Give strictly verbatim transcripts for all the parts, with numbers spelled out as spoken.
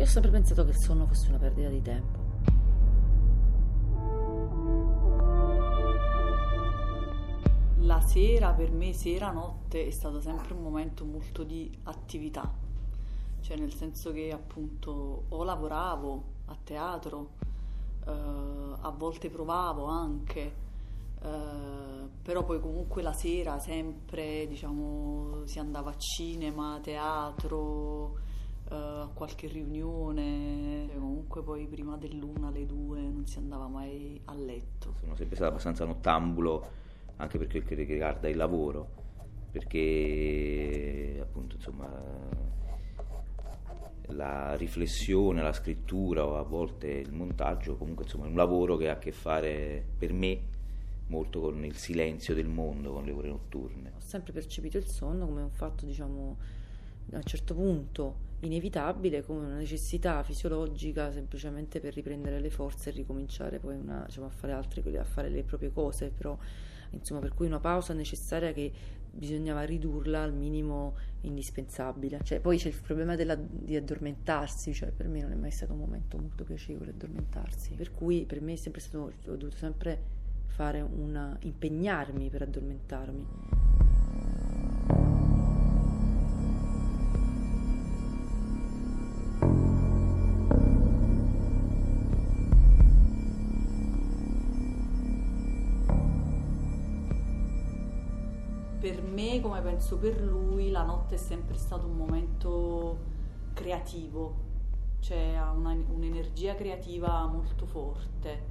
sempre pensato che il sonno fosse una perdita di tempo. La sera, per me, sera-notte è stato sempre un momento molto di attività, cioè nel senso che appunto o lavoravo a teatro, eh, a volte provavo anche, eh, però poi comunque la sera sempre, diciamo, si andava a cinema, a teatro, eh, a qualche riunione, cioè, comunque poi prima dell'una alle due non si andava mai a letto. Sono sempre stato abbastanza nottambulo anche per quel che riguarda il lavoro, perché appunto insomma la riflessione, la scrittura o a volte il montaggio comunque insomma è un lavoro che ha a che fare per me molto con il silenzio del mondo, con le ore notturne. Ho sempre percepito il sonno come un fatto, diciamo, a un certo punto inevitabile, come una necessità fisiologica semplicemente per riprendere le forze e ricominciare poi una, diciamo, a fare altre, a fare le proprie cose, però insomma, per cui una pausa necessaria che bisognava ridurla al minimo indispensabile. Cioè, poi c'è il problema della, di addormentarsi, cioè per me non è mai stato un momento molto piacevole addormentarsi, per cui per me è sempre stato, ho dovuto sempre fare una, impegnarmi per addormentarmi. Per me, come penso per lui, la notte è sempre stato un momento creativo, cioè ha una, un'energia creativa molto forte.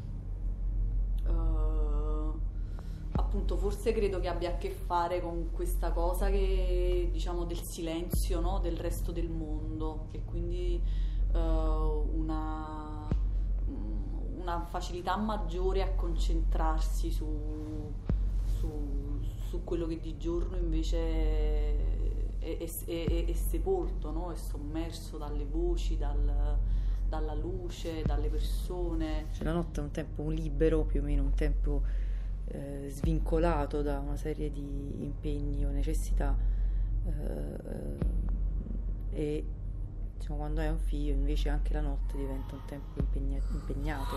Uh, appunto, forse credo che abbia a che fare con questa cosa che, diciamo, del silenzio, no? Del resto del mondo, e quindi uh, una, una facilità maggiore a concentrarsi su, su su quello che di giorno invece è, è, è, è sepolto, no? È sommerso dalle voci, dal, dalla luce, dalle persone. Cioè, la notte è un tempo libero, più o meno un tempo eh, svincolato da una serie di impegni o necessità, eh, e diciamo, quando hai un figlio invece anche la notte diventa un tempo impegna- impegnato.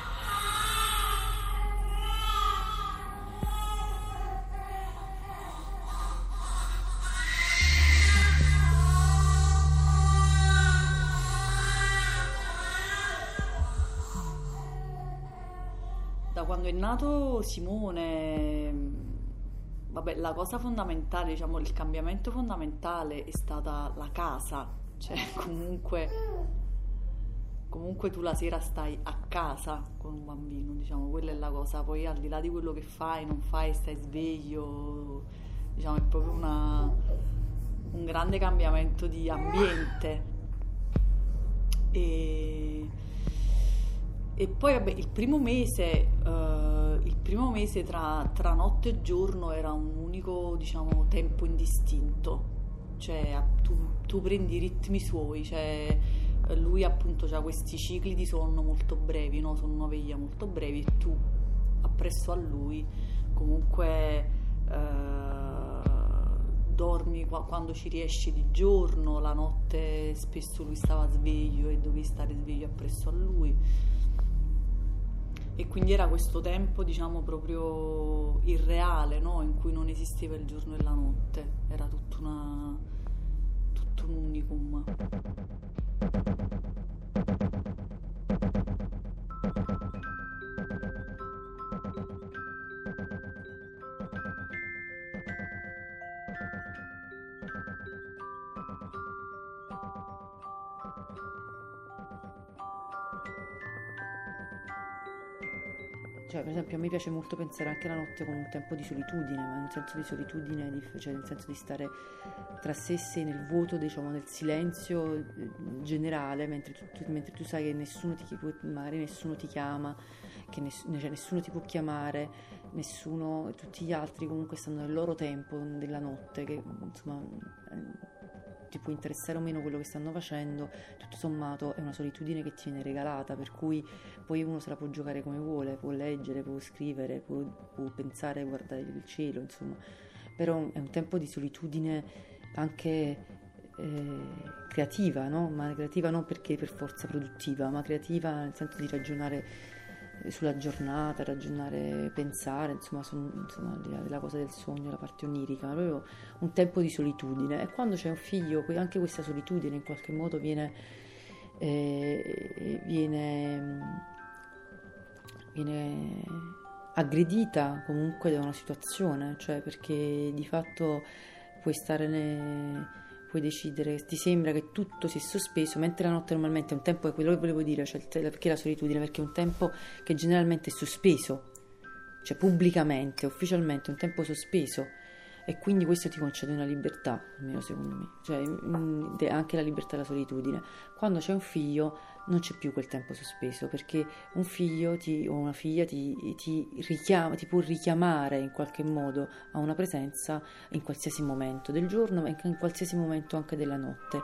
Quando è nato Simone, vabbè, la cosa fondamentale, diciamo, il cambiamento fondamentale è stata la casa, cioè comunque, comunque tu la sera stai a casa con un bambino, diciamo, quella è la cosa, poi al di là di quello che fai, non fai, stai sveglio, diciamo, è proprio una, un grande cambiamento di ambiente. E... E poi vabbè, il primo mese, uh, il primo mese tra, tra notte e giorno era un unico, diciamo, tempo indistinto, cioè tu, tu prendi i ritmi suoi, cioè lui appunto ha questi cicli di sonno molto brevi, no? Sonno veglia molto brevi, e tu appresso a lui comunque uh, dormi quando ci riesci di giorno, la notte spesso lui stava sveglio e dovevi stare sveglio appresso a lui. E quindi era questo tempo, diciamo, proprio irreale, no? In cui non esisteva il giorno e la notte, era tutto, una, tutto un unicum. Cioè, per esempio, a me piace molto pensare anche la notte come un tempo di solitudine, ma un senso di solitudine, di, cioè nel senso di stare tra sé e sé nel vuoto, diciamo, nel silenzio generale, mentre tu, mentre tu sai che nessuno ti, magari nessuno ti chiama, che ness, cioè nessuno ti può chiamare, nessuno, tutti gli altri comunque stanno nel loro tempo della notte, che insomma ti può interessare o meno quello che stanno facendo, tutto sommato è una solitudine che ti viene regalata, per cui poi uno se la può giocare come vuole, può leggere, può scrivere, può, può pensare, guardare il cielo, insomma, però è un tempo di solitudine anche eh, creativa, no? Ma creativa non perché per forza produttiva, ma creativa nel senso di ragionare sulla giornata, ragionare, pensare, insomma, su, insomma, al di là della cosa del sogno, la parte onirica, ma proprio un tempo di solitudine. E quando c'è un figlio, anche questa solitudine in qualche modo viene, eh, viene, viene aggredita comunque da una situazione, cioè perché di fatto puoi stare ne, puoi decidere, ti sembra che tutto si è sospeso, mentre la notte normalmente è un tempo, è quello che volevo dire, cioè perché la solitudine, perché è un tempo che generalmente è sospeso, cioè pubblicamente, ufficialmente, un tempo sospeso, e quindi questo ti concede una libertà, almeno secondo me, cioè anche la libertà della solitudine. Quando c'è un figlio non c'è più quel tempo sospeso, perché un figlio ti, o una figlia ti, ti richiama, ti può richiamare in qualche modo a una presenza in qualsiasi momento del giorno, ma in qualsiasi momento anche della notte.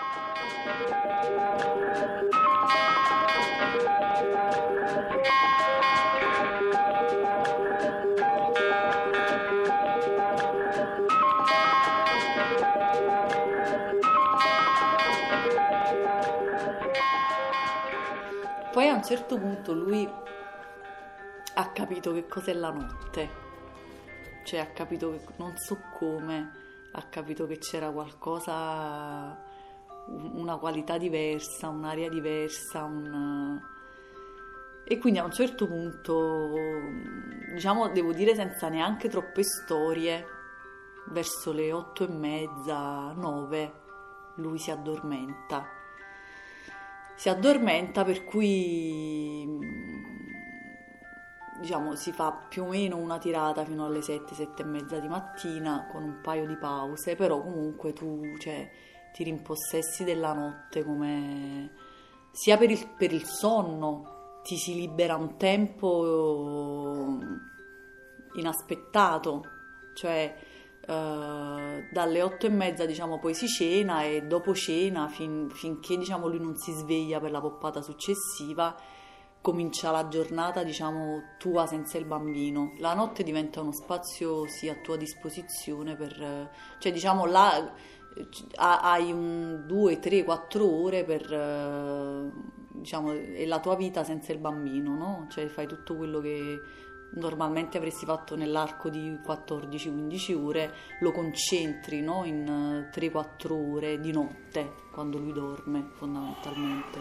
Poi a un certo punto lui ha capito che cos'è la notte, cioè ha capito che, non so come, ha capito che c'era qualcosa, una qualità diversa, un'aria diversa, un... e quindi a un certo punto, diciamo, devo dire senza neanche troppe storie, verso le otto e mezza, nove, lui si addormenta. Si addormenta, per cui diciamo si fa più o meno una tirata fino alle sette, sette e mezza di mattina, con un paio di pause, però comunque tu, cioè, ti rimpossessi della notte, come sia per il, per il sonno, ti si libera un tempo inaspettato, cioè Uh, dalle otto e mezza, diciamo, poi si cena, e dopo cena fin, finché, diciamo, lui non si sveglia per la poppata successiva, comincia la giornata, diciamo, tua senza il bambino. La notte diventa uno spazio sì a tua disposizione per, cioè, diciamo, là hai un due, tre, quattro ore per, uh, diciamo, è la tua vita senza il bambino, no? Cioè fai tutto quello che normalmente avresti fatto nell'arco di quattordici quindici ore, lo concentri, no? In tre quattro ore di notte, quando lui dorme, fondamentalmente.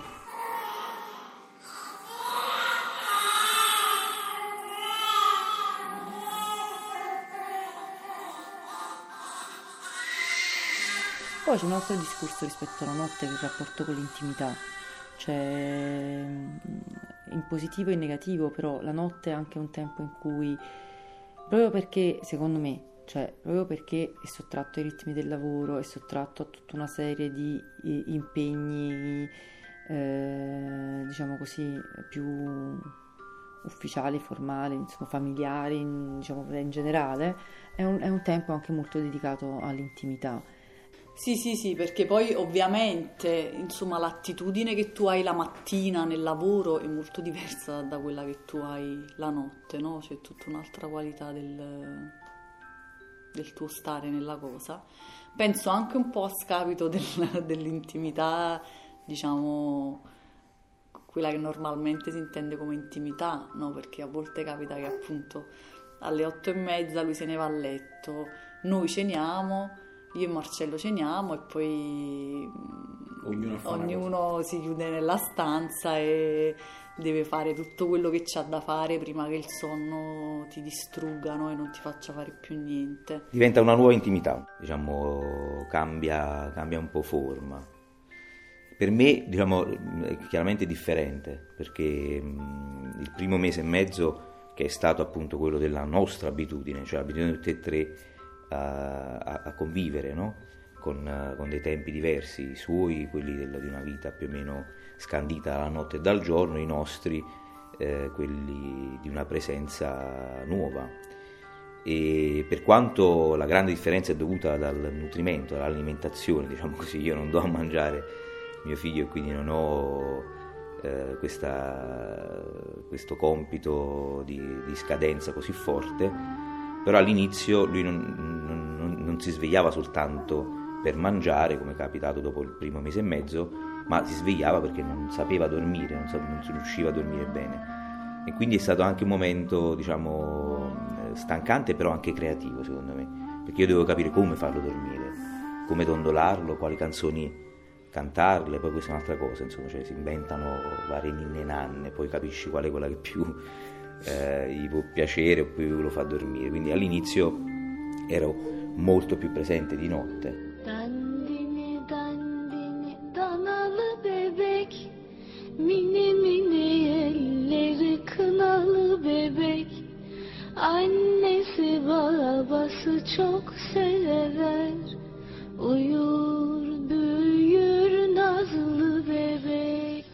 Poi c'è un altro discorso rispetto alla notte, che è il rapporto con l'intimità, cioè in positivo e in negativo, però la notte è anche un tempo in cui, proprio perché, secondo me, cioè proprio perché è sottratto ai ritmi del lavoro, è sottratto a tutta una serie di impegni, eh, diciamo così, più ufficiali, formali, insomma familiari, in, diciamo in generale, è un, è un tempo anche molto dedicato all'intimità. Sì, sì, sì, perché poi ovviamente, insomma, l'attitudine che tu hai la mattina nel lavoro è molto diversa da quella che tu hai la notte, no? C'è tutta un'altra qualità del, del tuo stare nella cosa. Penso anche un po' a scapito del, dell'intimità, diciamo, quella che normalmente si intende come intimità, no? Perché a volte capita che appunto alle otto e mezza lui se ne va a letto, noi ceniamo, io e Marcello ceniamo, e poi ognuno, ognuno si chiude nella stanza e deve fare tutto quello che c'ha da fare prima che il sonno ti distrugga, no? E non ti faccia fare più niente. Diventa una nuova intimità, diciamo, cambia, cambia un po' forma. Per me, diciamo, è chiaramente differente, perché mh, il primo mese e mezzo, che è stato appunto quello della nostra abitudine, cioè l'abitudine di tutti e tre A, a, a convivere, no? con, uh, con dei tempi diversi, i suoi, quelli della, di una vita più o meno scandita dalla notte e dal giorno, i nostri, eh, quelli di una presenza nuova. E per quanto la grande differenza è dovuta dal nutrimento, dall'alimentazione, diciamo così, io non do a mangiare mio figlio e quindi non ho eh, questa, questo compito di, di scadenza così forte, però all'inizio lui non, non, non si svegliava soltanto per mangiare, come è capitato dopo il primo mese e mezzo, ma si svegliava perché non sapeva dormire, non, sapeva, non si riusciva a dormire bene. E quindi è stato anche un momento, diciamo, stancante, però anche creativo, secondo me, perché io dovevo capire come farlo dormire, come dondolarlo, quali canzoni cantarle, poi questa è un'altra cosa, insomma, cioè si inventano varie ninne nanne, poi capisci qual è quella che più eh, gli può piacere o più lo fa dormire. Quindi all'inizio ero molto più presente di notte. Dandini, dandini, danalı bebek, mini mini elleri kınalı bebek, annesi babası çok sever, uyur büyür nazlı bebek.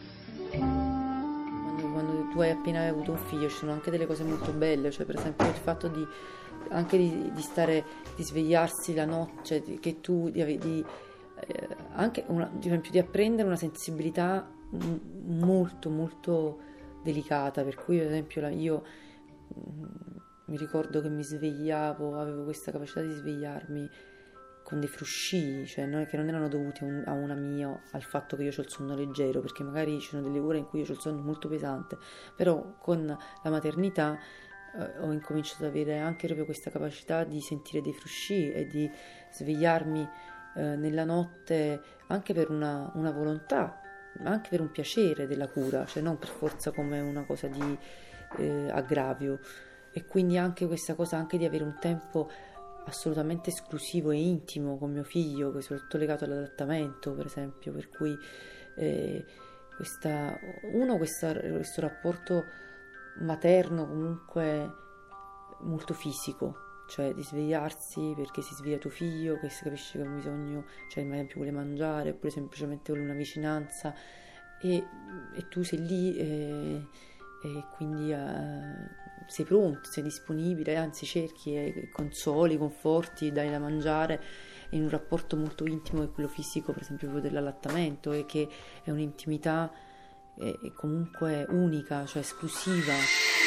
Quando, quando tu hai appena avuto un figlio ci sono anche delle cose molto belle, cioè per esempio il fatto di anche di, di stare, di svegliarsi la notte, cioè di, che tu di, di eh, anche una, di esempio di apprendere una sensibilità m- molto molto delicata, per cui ad esempio la, io mh, mi ricordo che mi svegliavo, avevo questa capacità di svegliarmi con dei frusci, cioè non, che non erano dovuti un, a una mia, al fatto che io ho il sonno leggero, perché magari ci sono delle ore in cui io ho il sonno molto pesante, però con la maternità eh, ho incominciato ad avere anche proprio questa capacità di sentire dei frusci e di svegliarmi eh, nella notte anche per una, una volontà, ma anche per un piacere della cura, cioè non per forza come una cosa di eh, aggravio. E quindi anche questa cosa anche di avere un tempo assolutamente esclusivo e intimo con mio figlio, soprattutto legato all'adattamento, per esempio, per cui eh, questa, uno questa, questo rapporto materno comunque molto fisico, cioè di svegliarsi perché si sveglia tuo figlio, che si capisce che ha bisogno, cioè ad esempio vuole mangiare oppure semplicemente vuole una vicinanza e, e tu sei lì e, e quindi eh, sei pronto, sei disponibile, anzi cerchi e consoli, conforti, dai da mangiare in un rapporto molto intimo che è quello fisico, per esempio quello dell'allattamento, e che è un'intimità eh, comunque unica, cioè esclusiva.